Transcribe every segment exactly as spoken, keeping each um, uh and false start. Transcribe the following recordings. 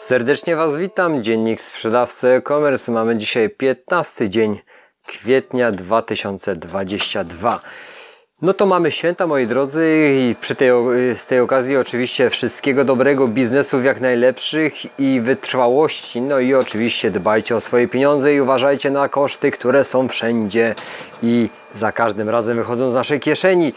Serdecznie Was witam, Dziennik Sprzedawcy e-commerce. Mamy dzisiaj piętnasty dzień kwietnia dwa tysiące dwudziestego drugiego. No to mamy święta, moi drodzy, i przy tej, z tej okazji oczywiście wszystkiego dobrego, biznesów jak najlepszych i wytrwałości. No i oczywiście dbajcie o swoje pieniądze i uważajcie na koszty, które są wszędzie i za każdym razem wychodzą z naszej kieszeni.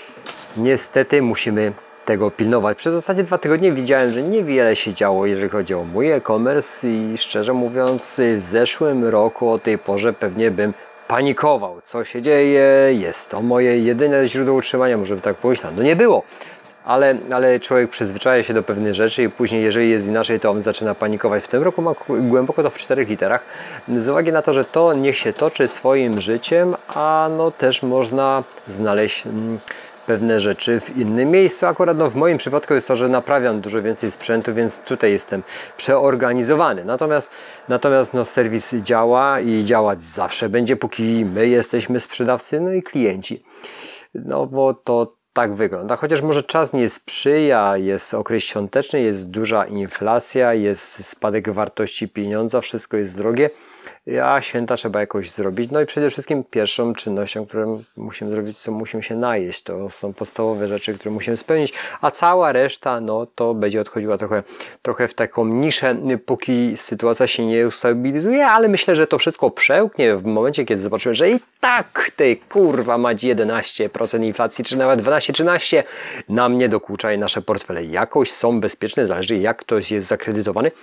Niestety musimy tego pilnować. Przez ostatnie dwa tygodnie widziałem, że niewiele się działo, jeżeli chodzi o mój e-commerce i szczerze mówiąc w zeszłym roku o tej porze pewnie bym panikował. Co się dzieje? Jest to moje jedyne źródło utrzymania, może bym tak pomyślał. No nie było. Ale, ale człowiek przyzwyczaja się do pewnych rzeczy i później, jeżeli jest inaczej, to on zaczyna panikować. W tym roku mam głęboko to w czterech literach. Z uwagi na to, że to niech się toczy swoim życiem, a no też można znaleźć mm, pewne rzeczy w innym miejscu. Akurat no, w moim przypadku jest to, że naprawiam dużo więcej sprzętu, więc tutaj jestem przeorganizowany. Natomiast, natomiast no, serwis działa i działać zawsze będzie, póki my jesteśmy sprzedawcy, no i klienci. No bo to tak wygląda. Chociaż może czas nie sprzyja, jest okres świąteczny, jest duża inflacja, jest spadek wartości pieniądza, wszystko jest drogie, a święta trzeba jakoś zrobić. No i przede wszystkim pierwszą czynnością, którą musimy zrobić, to musimy się najeść. To są podstawowe rzeczy, które musimy spełnić, a cała reszta, no to będzie odchodziła trochę, trochę w taką niszę, póki sytuacja się nie ustabilizuje, ale myślę, że to wszystko przełknie w momencie, kiedy zobaczymy, że i tak tej kurwa mać jedenaście procent inflacji, czy nawet dwanaście trzynaście nam nie dokucza i nasze portfele jakoś są bezpieczne, zależy jak ktoś jest zakredytowany.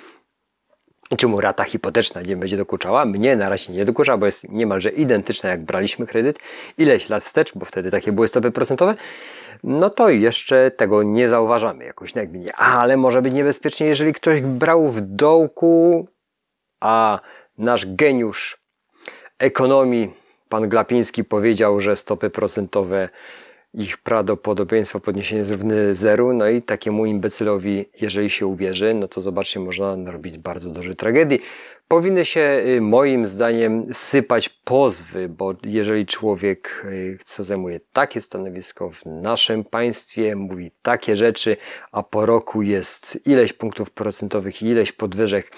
Czy mu rata hipoteczna nie będzie dokuczała? Mnie na razie nie dokucza, bo jest niemalże identyczna jak braliśmy kredyt ileś lat wstecz, bo wtedy takie były stopy procentowe. No to jeszcze tego nie zauważamy jakoś nagminnie. Ale może być niebezpiecznie, jeżeli ktoś brał w dołku, a nasz geniusz ekonomii, pan Glapiński, powiedział, że stopy procentowe, ich prawdopodobieństwo podniesienia jest równe zeru, no i takiemu imbecylowi, jeżeli się uwierzy, no to zobaczcie, można narobić bardzo duże tragedii. Powinny się moim zdaniem sypać pozwy, bo jeżeli człowiek, co zajmuje takie stanowisko w naszym państwie, mówi takie rzeczy, a po roku jest ileś punktów procentowych i ileś podwyżek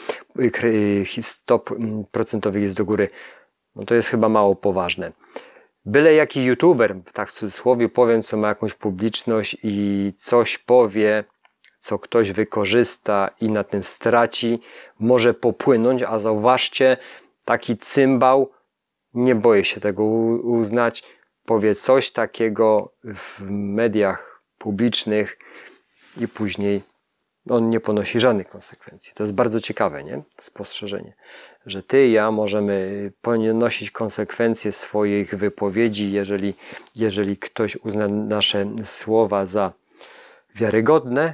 stop procentowych jest do góry, no to jest chyba mało poważne. Byle jaki youtuber, tak w cudzysłowie powiem, co ma jakąś publiczność i coś powie, co ktoś wykorzysta i na tym straci, może popłynąć, a zauważcie, taki cymbał, nie boję się tego uznać, powie coś takiego w mediach publicznych i później on nie ponosi żadnych konsekwencji. To jest bardzo ciekawe, nie? Spostrzeżenie, że ty i ja możemy ponosić konsekwencje swoich wypowiedzi, jeżeli, jeżeli ktoś uzna nasze słowa za wiarygodne,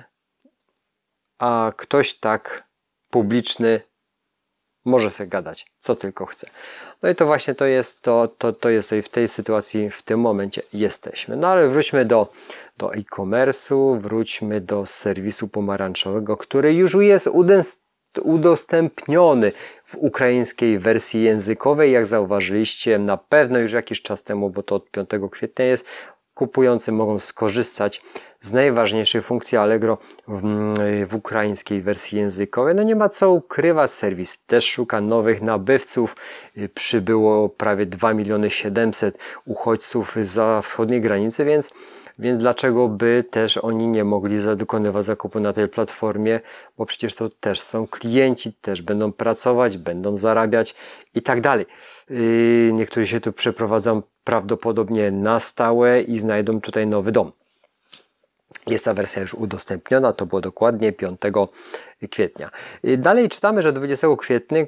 a ktoś tak publiczny może sobie gadać, co tylko chce. No i to właśnie to jest to, to, to jest to i w tej sytuacji, w tym momencie jesteśmy. No ale wróćmy do, do e-commerce'u, wróćmy do serwisu pomarańczowego, który już jest udostępniony w ukraińskiej wersji językowej. Jak zauważyliście, na pewno już jakiś czas temu, bo to od piątego kwietnia jest, kupujący mogą skorzystać z najważniejszych funkcji Allegro w, w ukraińskiej wersji językowej. No nie ma co ukrywać, serwis też szuka nowych nabywców. Przybyło prawie dwa miliony siedemset uchodźców za wschodniej granicy, więc, więc dlaczego by też oni nie mogli dokonywać zakupu na tej platformie, bo przecież to też są klienci, też będą pracować, będą zarabiać i tak dalej. Niektórzy się tu przeprowadzą prawdopodobnie na stałe i znajdą tutaj nowy dom. Jest ta wersja już udostępniona, to było dokładnie piątego kwietnia. Dalej czytamy, że dwudziestego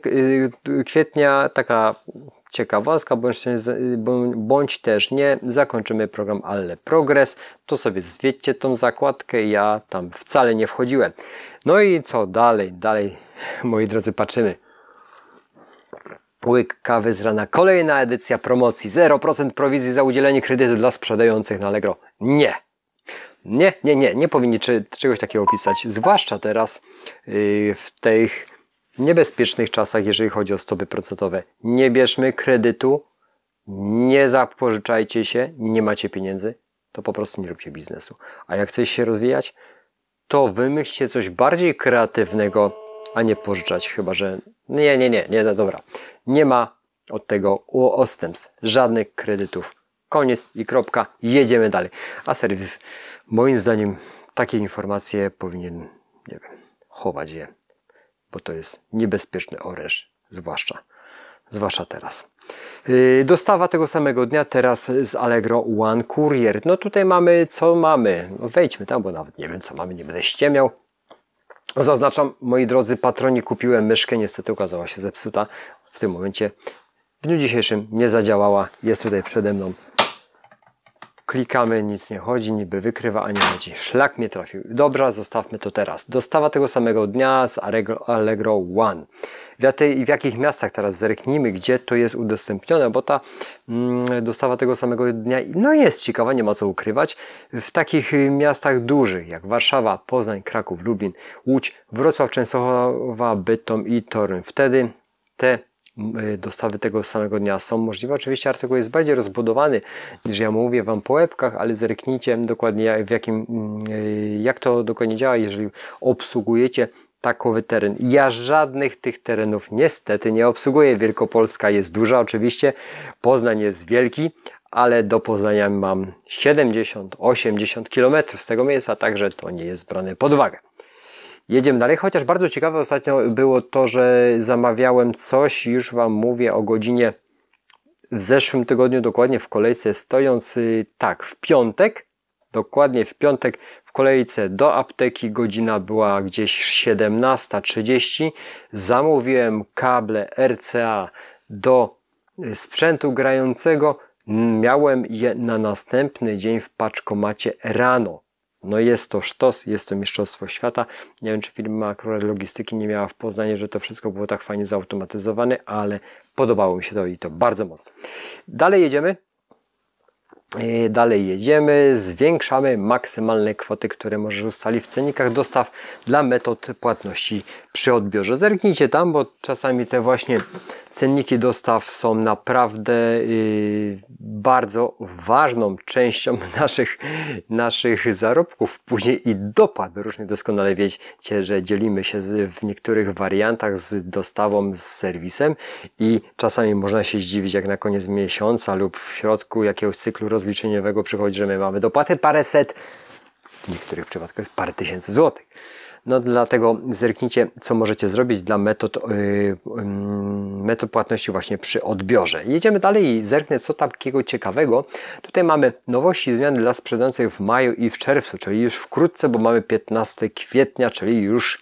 kwietnia taka ciekawostka, bądź, bądź też nie, zakończymy program Alle Progress. To sobie zwiedźcie tą zakładkę, ja tam wcale nie wchodziłem. No i co dalej? Dalej, moi drodzy, patrzymy. Łyk kawy z rana. Kolejna edycja promocji. zero procent prowizji za udzielenie kredytu dla sprzedających na Allegro. Nie. Nie, nie, nie. Nie powinni czegoś takiego opisać. Zwłaszcza teraz yy, w tych niebezpiecznych czasach, jeżeli chodzi o stopy procentowe. Nie bierzmy kredytu. Nie zapożyczajcie się. Nie macie pieniędzy. To po prostu nie róbcie biznesu. A jak chcecie się rozwijać, to wymyślcie coś bardziej kreatywnego a nie pożyczać, chyba że... Nie, nie, nie, nie, no dobra. Nie ma od tego odstępstw, żadnych kredytów. Koniec i kropka, jedziemy dalej. A serwis, moim zdaniem, takie informacje powinien, nie wiem, chować je, bo to jest niebezpieczny oręż, zwłaszcza, zwłaszcza teraz. Yy, dostawa tego samego dnia teraz z Allegro One Courier. No tutaj mamy, co mamy? No wejdźmy tam, bo nawet nie wiem, co mamy, nie będę ściemiał. Zaznaczam, moi drodzy patroni, kupiłem myszkę, niestety okazała się zepsuta. W tym momencie, w dniu dzisiejszym nie zadziałała, jest tutaj przede mną. Klikamy, nic nie chodzi, niby wykrywa, a nie chodzi. Szlak mnie trafił. Dobra, zostawmy to teraz. Dostawa tego samego dnia z Allegro One. W, jakiej, w jakich miastach teraz zerknijmy, gdzie to jest udostępnione, bo ta mm, dostawa tego samego dnia no jest ciekawa, nie ma co ukrywać. W takich miastach dużych jak Warszawa, Poznań, Kraków, Lublin, Łódź, Wrocław, Częstochowa, Bytom i Toruń. Wtedy te dostawy tego samego dnia są możliwe. Oczywiście artykuł jest bardziej rozbudowany niż ja mówię Wam po łebkach, ale zerknijcie dokładnie w jakim, jak to dokładnie działa, jeżeli obsługujecie takowy teren. Ja żadnych tych terenów niestety nie obsługuję. Wielkopolska jest duża oczywiście, Poznań jest wielki, ale do Poznania mam siedemdziesiąt osiemdziesiąt kilometrów z tego miejsca, także to nie jest brane pod uwagę. Jedziemy dalej, chociaż bardzo ciekawe ostatnio było to, że zamawiałem coś, już Wam mówię o godzinie w zeszłym tygodniu, dokładnie w kolejce stojąc, tak, w piątek, dokładnie w piątek w kolejce do apteki, godzina była gdzieś siedemnasta trzydzieści, zamówiłem kable R C A do sprzętu grającego, miałem je na następny dzień w paczkomacie rano. No jest to sztos, jest to mistrzostwo świata. Nie wiem, czy firma akurat logistyki nie miała w Poznaniu, że to wszystko było tak fajnie zautomatyzowane, ale podobało mi się to i to bardzo mocno. Dalej jedziemy. Dalej jedziemy, zwiększamy maksymalne kwoty, które możesz ustalić w cennikach dostaw dla metod płatności przy odbiorze. Zerknijcie tam, bo czasami te właśnie cenniki dostaw są naprawdę yy, bardzo ważną częścią naszych, naszych zarobków. Później i dopłat różnych. Doskonale wiecie, że dzielimy się z, w niektórych wariantach z dostawą, z serwisem i czasami można się zdziwić, jak na koniec miesiąca lub w środku jakiegoś cyklu rozliczeniowego przychodzi, że my mamy dopłaty paręset, w niektórych przypadkach parę tysięcy złotych. No dlatego zerknijcie, co możecie zrobić dla metod, yy, yy, metod płatności właśnie przy odbiorze. Jedziemy dalej i zerknę, co takiego ciekawego. Tutaj mamy nowości i zmiany dla sprzedających w maju i w czerwcu, czyli już wkrótce, bo mamy piętnastego kwietnia, czyli już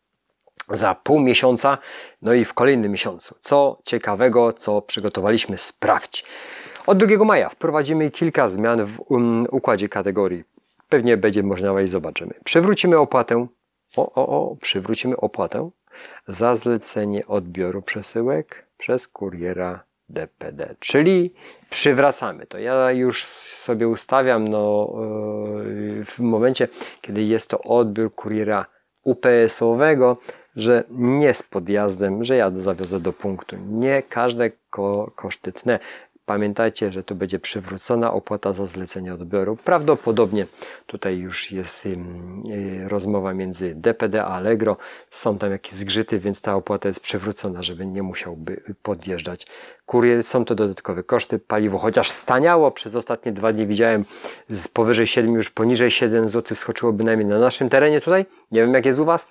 za pół miesiąca, no i w kolejnym miesiącu. Co ciekawego, co przygotowaliśmy, sprawdź. Od drugiego maja wprowadzimy kilka zmian w um, układzie kategorii. Pewnie będzie można wejść, zobaczymy. Przywrócimy opłatę, o, o, o, przywrócimy opłatę za zlecenie odbioru przesyłek przez kuriera D P D, czyli przywracamy to. Ja już sobie ustawiam, no, yy, w momencie, kiedy jest to odbiór kuriera U P S-owego, że nie z podjazdem, że ja zawiozę do punktu. Nie każde ko koszty tnę. Pamiętajcie, że tu będzie przywrócona opłata za zlecenie odbioru. Prawdopodobnie tutaj już jest yy, rozmowa między D P D a Allegro. Są tam jakieś zgrzyty, więc ta opłata jest przywrócona, żeby nie musiałby podjeżdżać kurier. Są to dodatkowe koszty. Paliwo chociaż staniało, przez ostatnie dwa dni widziałem z powyżej siedem, już poniżej siedem złotych skoczyło bynajmniej na naszym terenie tutaj. Nie wiem, jak jest u Was,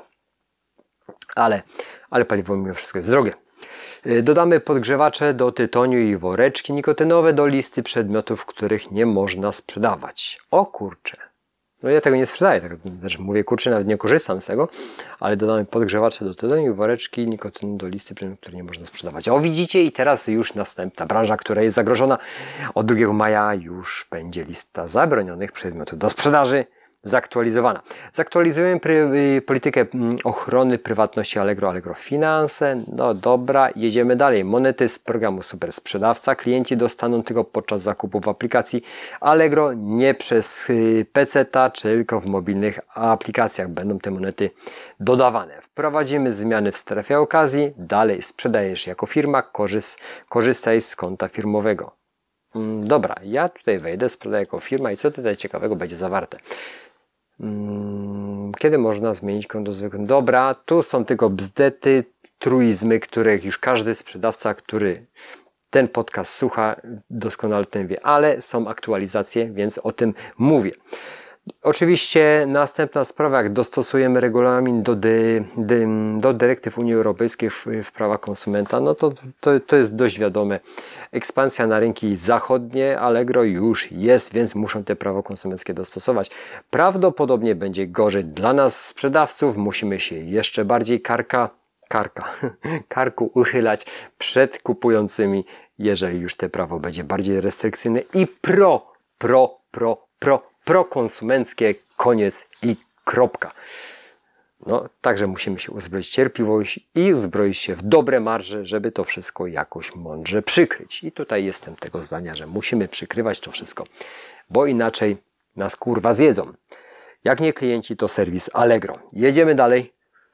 ale, ale paliwo mimo wszystko jest drogie. Dodamy podgrzewacze do tytoniu i woreczki nikotynowe do listy przedmiotów, których nie można sprzedawać. O kurczę. No ja tego nie sprzedaję, tak też mówię kurczę, nawet nie korzystam z tego, ale dodamy podgrzewacze do tytoniu i woreczki nikotynu do listy przedmiotów, które nie można sprzedawać. O, widzicie, i teraz już następna branża, która jest zagrożona. Od drugiego maja już będzie lista zabronionych przedmiotów do sprzedaży zaktualizowana. Zaktualizujemy politykę ochrony prywatności Allegro, Allegro Finanse. No dobra, jedziemy dalej. Monety z programu Super Sprzedawca. Klienci dostaną tylko podczas zakupu w aplikacji Allegro, nie przez peceta, tylko w mobilnych aplikacjach będą te monety dodawane. Wprowadzimy zmiany w strefie okazji. Dalej sprzedajesz jako firma, korzyst, korzystaj z konta firmowego. Dobra, ja tutaj wejdę, sprzedaję jako firma i co tutaj ciekawego będzie zawarte? Kiedy można zmienić konto zwykłe? Dobra, tu są tylko bzdety, truizmy, których już każdy sprzedawca, który ten podcast słucha, doskonale o tym wie, ale są aktualizacje, więc o tym mówię. Oczywiście następna sprawa, jak dostosujemy regulamin do, dy, dy, do dyrektyw Unii Europejskiej w, w prawa konsumenta, no to, to, to jest dość wiadome. Ekspansja na rynki zachodnie, Allegro już jest, więc muszą te prawo konsumenckie dostosować. Prawdopodobnie będzie gorzej dla nas sprzedawców, musimy się jeszcze bardziej karka, karka, karku uchylać przed kupującymi, jeżeli już te prawo będzie bardziej restrykcyjne i pro, pro, pro, pro, prokonsumenckie, koniec i kropka. No, także musimy się uzbroić w cierpliwość i uzbroić się w dobre marże, żeby to wszystko jakoś mądrze przykryć. I tutaj jestem tego zdania, że musimy przykrywać to wszystko, bo inaczej nas kurwa zjedzą. Jak nie klienci, to serwis Allegro. Jedziemy dalej.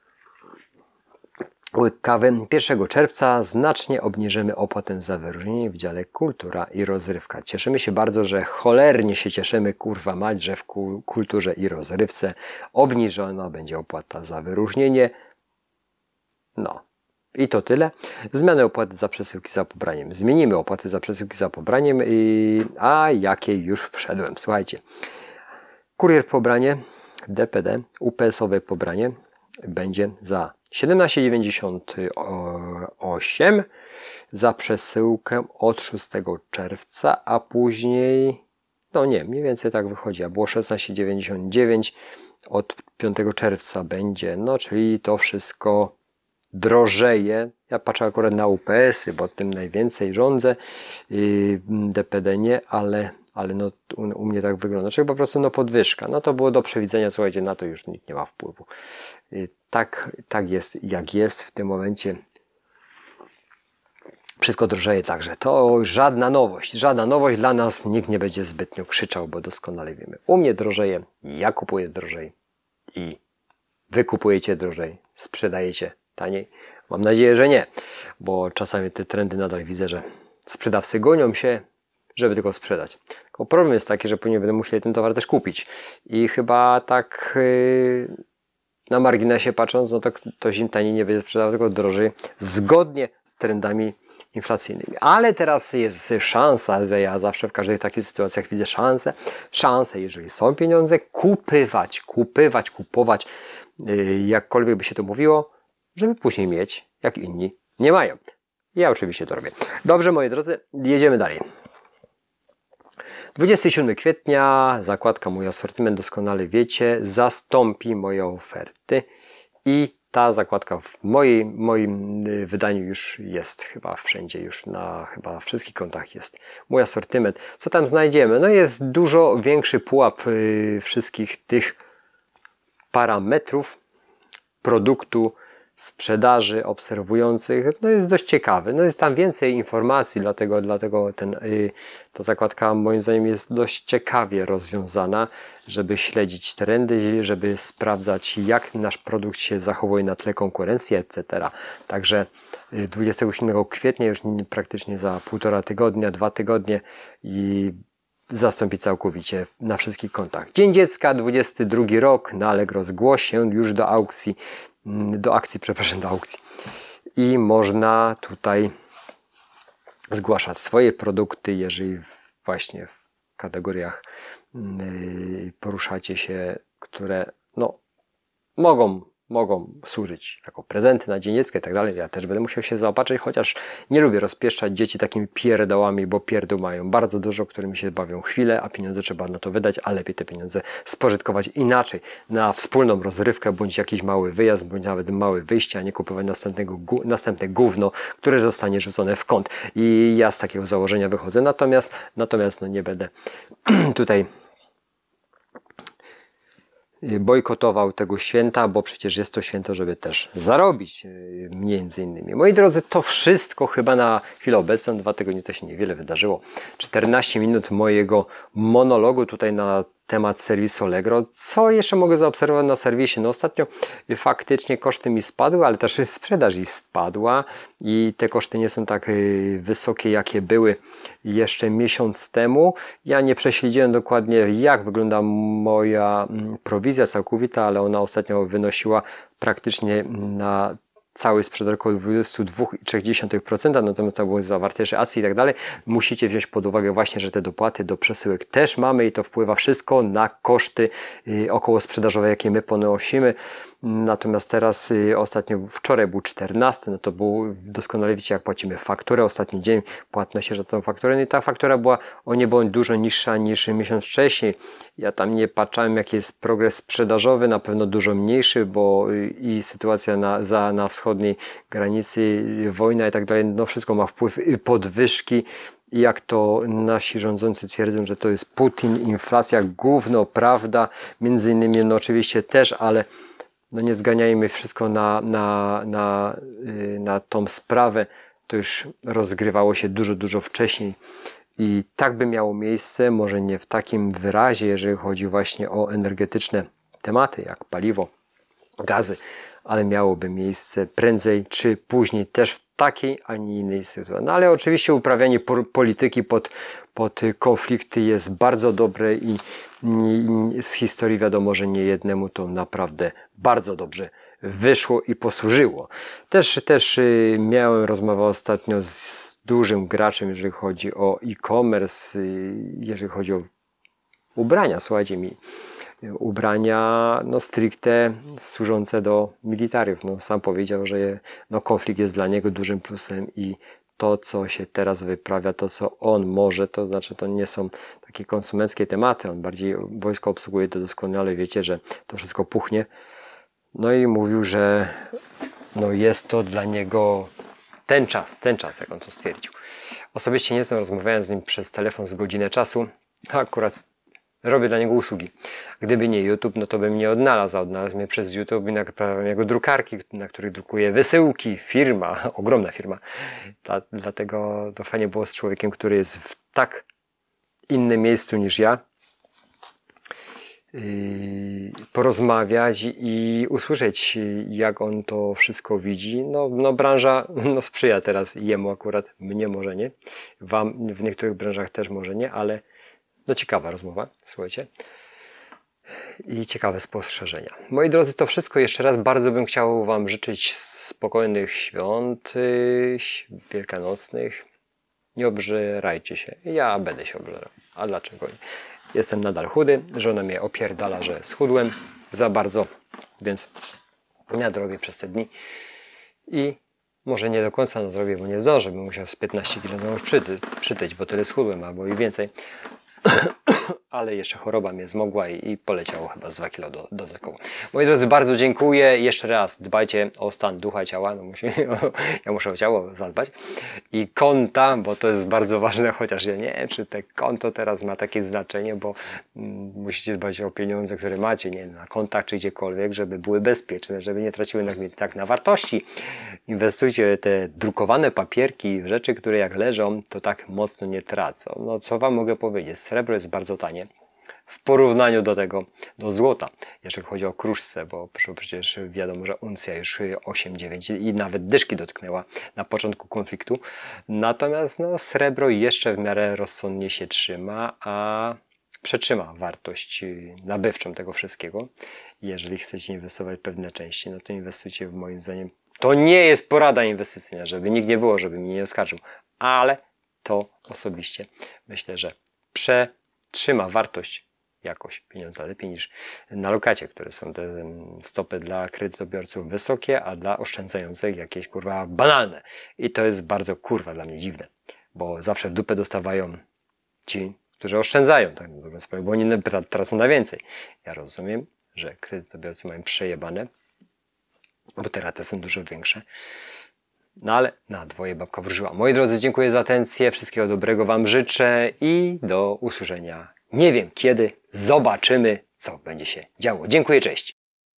Łyk kawy. pierwszego czerwca znacznie obniżymy opłatę za wyróżnienie w dziale kultura i rozrywka. Cieszymy się bardzo, że cholernie się cieszymy, kurwa mać, że w kulturze i rozrywce obniżona będzie opłata za wyróżnienie. No. I to tyle. Zmiany opłaty za przesyłki za pobraniem. Zmienimy opłaty za przesyłki za pobraniem, i... a jakiej już wszedłem. Słuchajcie. Kurier pobranie, D P D, U P S-owe pobranie będzie za siedemnaście dziewięćdziesiąt osiem za przesyłkę od szóstego czerwca, a później, no nie, mniej więcej tak wychodzi, a było szesnaście dziewięćdziesiąt dziewięć, od piątego czerwca będzie, no czyli to wszystko drożeje. Ja patrzę akurat na U P S-y, bo tym najwięcej rządzę, D P D nie, ale ale no u, u mnie tak wygląda, czyli po prostu no podwyżka. No to było do przewidzenia, słuchajcie, na to już nikt nie ma wpływu. Tak, tak jest, jak jest w tym momencie. Wszystko drożeje, także to żadna nowość, żadna nowość dla nas, nikt nie będzie zbytnio krzyczał, bo doskonale wiemy. U mnie drożeje, ja kupuję drożej i wy kupujecie drożej, sprzedajecie taniej. Mam nadzieję, że nie, bo czasami te trendy nadal widzę, że sprzedawcy gonią się, żeby tylko sprzedać. Tylko problem jest taki, że później będą musieli ten towar też kupić. I chyba tak yy, na marginesie patrząc, no to ktoś im taniej nie będzie sprzedawał, tylko drożej, zgodnie z trendami inflacyjnymi. Ale teraz jest szansa, ja zawsze w każdej takiej sytuacjach widzę szansę, szansę, jeżeli są pieniądze, kupywać, kupywać, kupować, yy, jakkolwiek by się to mówiło, żeby później mieć, jak inni nie mają. Ja oczywiście to robię. Dobrze, moi drodzy, jedziemy dalej. dwudziestego siódmego kwietnia zakładka Mój Asortyment, doskonale wiecie, zastąpi moje oferty i ta zakładka w mojej, moim wydaniu już jest chyba wszędzie, już na chyba wszystkich kontach jest Mój Asortyment. Co tam znajdziemy? No jest dużo większy pułap y, wszystkich tych parametrów produktu, sprzedaży, obserwujących, no jest dość ciekawy. No jest tam więcej informacji, dlatego, dlatego ten, y, ta zakładka moim zdaniem jest dość ciekawie rozwiązana, żeby śledzić trendy, żeby sprawdzać, jak nasz produkt się zachowuje na tle konkurencji, et cetera. Także dwudziestego siódmego kwietnia, już praktycznie za półtora tygodnia, dwa tygodnie i zastąpi całkowicie na wszystkich kontach. Dzień Dziecka, dwudziesty drugi rok, na Allegro zgłoś się już do aukcji, do akcji, przepraszam, do aukcji. I można tutaj zgłaszać swoje produkty, jeżeli właśnie w kategoriach poruszacie się, które no, mogą mogą służyć jako prezenty na Dzień Dziecka i tak dalej. Ja też będę musiał się zaopatrzyć, chociaż nie lubię rozpieszczać dzieci takimi pierdołami, bo pierdół mają bardzo dużo, którymi się bawią chwilę, a pieniądze trzeba na to wydać, a lepiej te pieniądze spożytkować inaczej, na wspólną rozrywkę, bądź jakiś mały wyjazd, bądź nawet małe wyjście, a nie kupować następnego, następne gówno, które zostanie rzucone w kąt. I ja z takiego założenia wychodzę. Natomiast, natomiast no nie będę tutaj bojkotował tego święta, bo przecież jest to święto, żeby też zarobić między innymi. Moi drodzy, to wszystko chyba na chwilę obecną. Dwa tygodnie to się niewiele wydarzyło. czternaście minut mojego monologu tutaj na temat serwisu Allegro. Co jeszcze mogę zaobserwować na serwisie? No ostatnio faktycznie koszty mi spadły, ale też sprzedaż i spadła i te koszty nie są tak wysokie, jakie były jeszcze miesiąc temu. Ja nie prześledziłem dokładnie, jak wygląda moja prowizja całkowita, ale ona ostatnio wynosiła praktycznie na cały sprzedaż około dwadzieścia dwa przecinek trzy procent, natomiast to były zawarte jeszcze akcje i tak dalej. Musicie wziąć pod uwagę właśnie, że te dopłaty do przesyłek też mamy i to wpływa wszystko na koszty około sprzedażowe, jakie my ponosimy. Natomiast teraz ostatnio, wczoraj był czternasty, no to był, doskonale wiecie, jak płacimy fakturę, ostatni dzień płatności za tą fakturę, no i ta faktura była o niebo dużo niższa niż miesiąc wcześniej. Ja tam nie patrzyłem, jaki jest progres sprzedażowy, na pewno dużo mniejszy, bo i sytuacja na, za, na wschodniej granicy, wojna i tak dalej, no wszystko ma wpływ, podwyżki. I jak to nasi rządzący twierdzą, że to jest Putin, inflacja, gówno, prawda, między innymi, no oczywiście też, ale no nie zganiajmy wszystko na, na, na, na tą sprawę. To już rozgrywało się dużo, dużo wcześniej. I tak by miało miejsce, może nie w takim wyrazie, jeżeli chodzi właśnie o energetyczne tematy, jak paliwo, gazy, ale miałoby miejsce prędzej czy później też w takiej, a nie innej sytuacji. No ale oczywiście uprawianie polityki pod, pod konflikty jest bardzo dobre i, i z historii wiadomo, że nie jednemu to naprawdę bardzo dobrze wyszło i posłużyło. Też, też miałem rozmowę ostatnio z dużym graczem, jeżeli chodzi o e-commerce, jeżeli chodzi o ubrania. Słuchajcie mi, ubrania no stricte służące do militariów. No, sam powiedział, że je, no, konflikt jest dla niego dużym plusem i to, co się teraz wyprawia, to, co on może, to znaczy to nie są takie konsumenckie tematy, on bardziej wojsko obsługuje, to doskonale wiecie, że to wszystko puchnie. No i mówił, że no jest to dla niego ten czas, ten czas, jak on to stwierdził. Osobiście nie znam, rozmawiałem z nim przez telefon z godzinę czasu, akurat robię dla niego usługi. Gdyby nie YouTube, no to bym nie odnalazł. Odnalazł mnie przez YouTube i naprawiam jego drukarki, na których drukuję wysyłki. Firma, ogromna firma. Dla, dlatego to fajnie było z człowiekiem, który jest w tak innym miejscu niż ja. Yy, porozmawiać i usłyszeć, jak on to wszystko widzi. No, no branża no, sprzyja teraz jemu akurat, mnie może nie. Wam w niektórych branżach też może nie, ale no ciekawa rozmowa, słuchajcie. I ciekawe spostrzeżenia. Moi drodzy, to wszystko. Jeszcze raz bardzo bym chciał Wam życzyć spokojnych świąt wielkanocnych. Nie obżerajcie się. Ja będę się obżerał. A dlaczego nie? Jestem nadal chudy. Żona mnie opierdala, że schudłem za bardzo, więc nadrobię przez te dni. I może nie do końca nadrobię, bo nie zdążę. Bym musiał z piętnaście kilogramów przyty, przytyć, bo tyle schudłem, albo i więcej. Ale jeszcze choroba mnie zmogła i, i poleciało chyba z dwa kilo do, dodatkowo. Moi drodzy, bardzo dziękuję. Jeszcze raz dbajcie o stan ducha, ciała. No musi, ja muszę o ciało zadbać. I konta, bo to jest bardzo ważne, chociaż ja nie wiem, czy te konto teraz ma takie znaczenie, bo mm, musicie dbać o pieniądze, które macie, nie na kontach czy gdziekolwiek, żeby były bezpieczne, żeby nie traciły na, tak na wartości. Inwestujcie te drukowane papierki, rzeczy, które jak leżą, to tak mocno nie tracą. No co Wam mogę powiedzieć? Srebro jest bardzo tanie w porównaniu do tego, do złota, jeżeli chodzi o kruszce, bo przecież wiadomo, że uncja już osiem dziewięć i nawet dyszki dotknęła na początku konfliktu. Natomiast no, srebro jeszcze w miarę rozsądnie się trzyma, a przetrzyma wartość nabywczą tego wszystkiego. Jeżeli chcecie inwestować w pewne części, no to inwestujcie w moim zdaniem. To nie jest porada inwestycyjna, żeby nikt nie było, żeby mnie nie oskarżył, ale to osobiście myślę, że przetrzyma wartość jakoś pieniądza lepiej niż na lokacie, które są te stopy dla kredytobiorców wysokie, a dla oszczędzających jakieś kurwa banalne. I to jest bardzo kurwa dla mnie dziwne, bo zawsze w dupę dostawają ci, którzy oszczędzają, tak na dobrą sprawę, bo oni tracą na więcej. Ja rozumiem, że kredytobiorcy mają przejebane, bo te raty są dużo większe. No ale na dwoje babka wróżyła. Moi drodzy, dziękuję za atencję. Wszystkiego dobrego Wam życzę i do usłyszenia. Nie wiem kiedy. Zobaczymy, co będzie się działo. Dziękuję, cześć.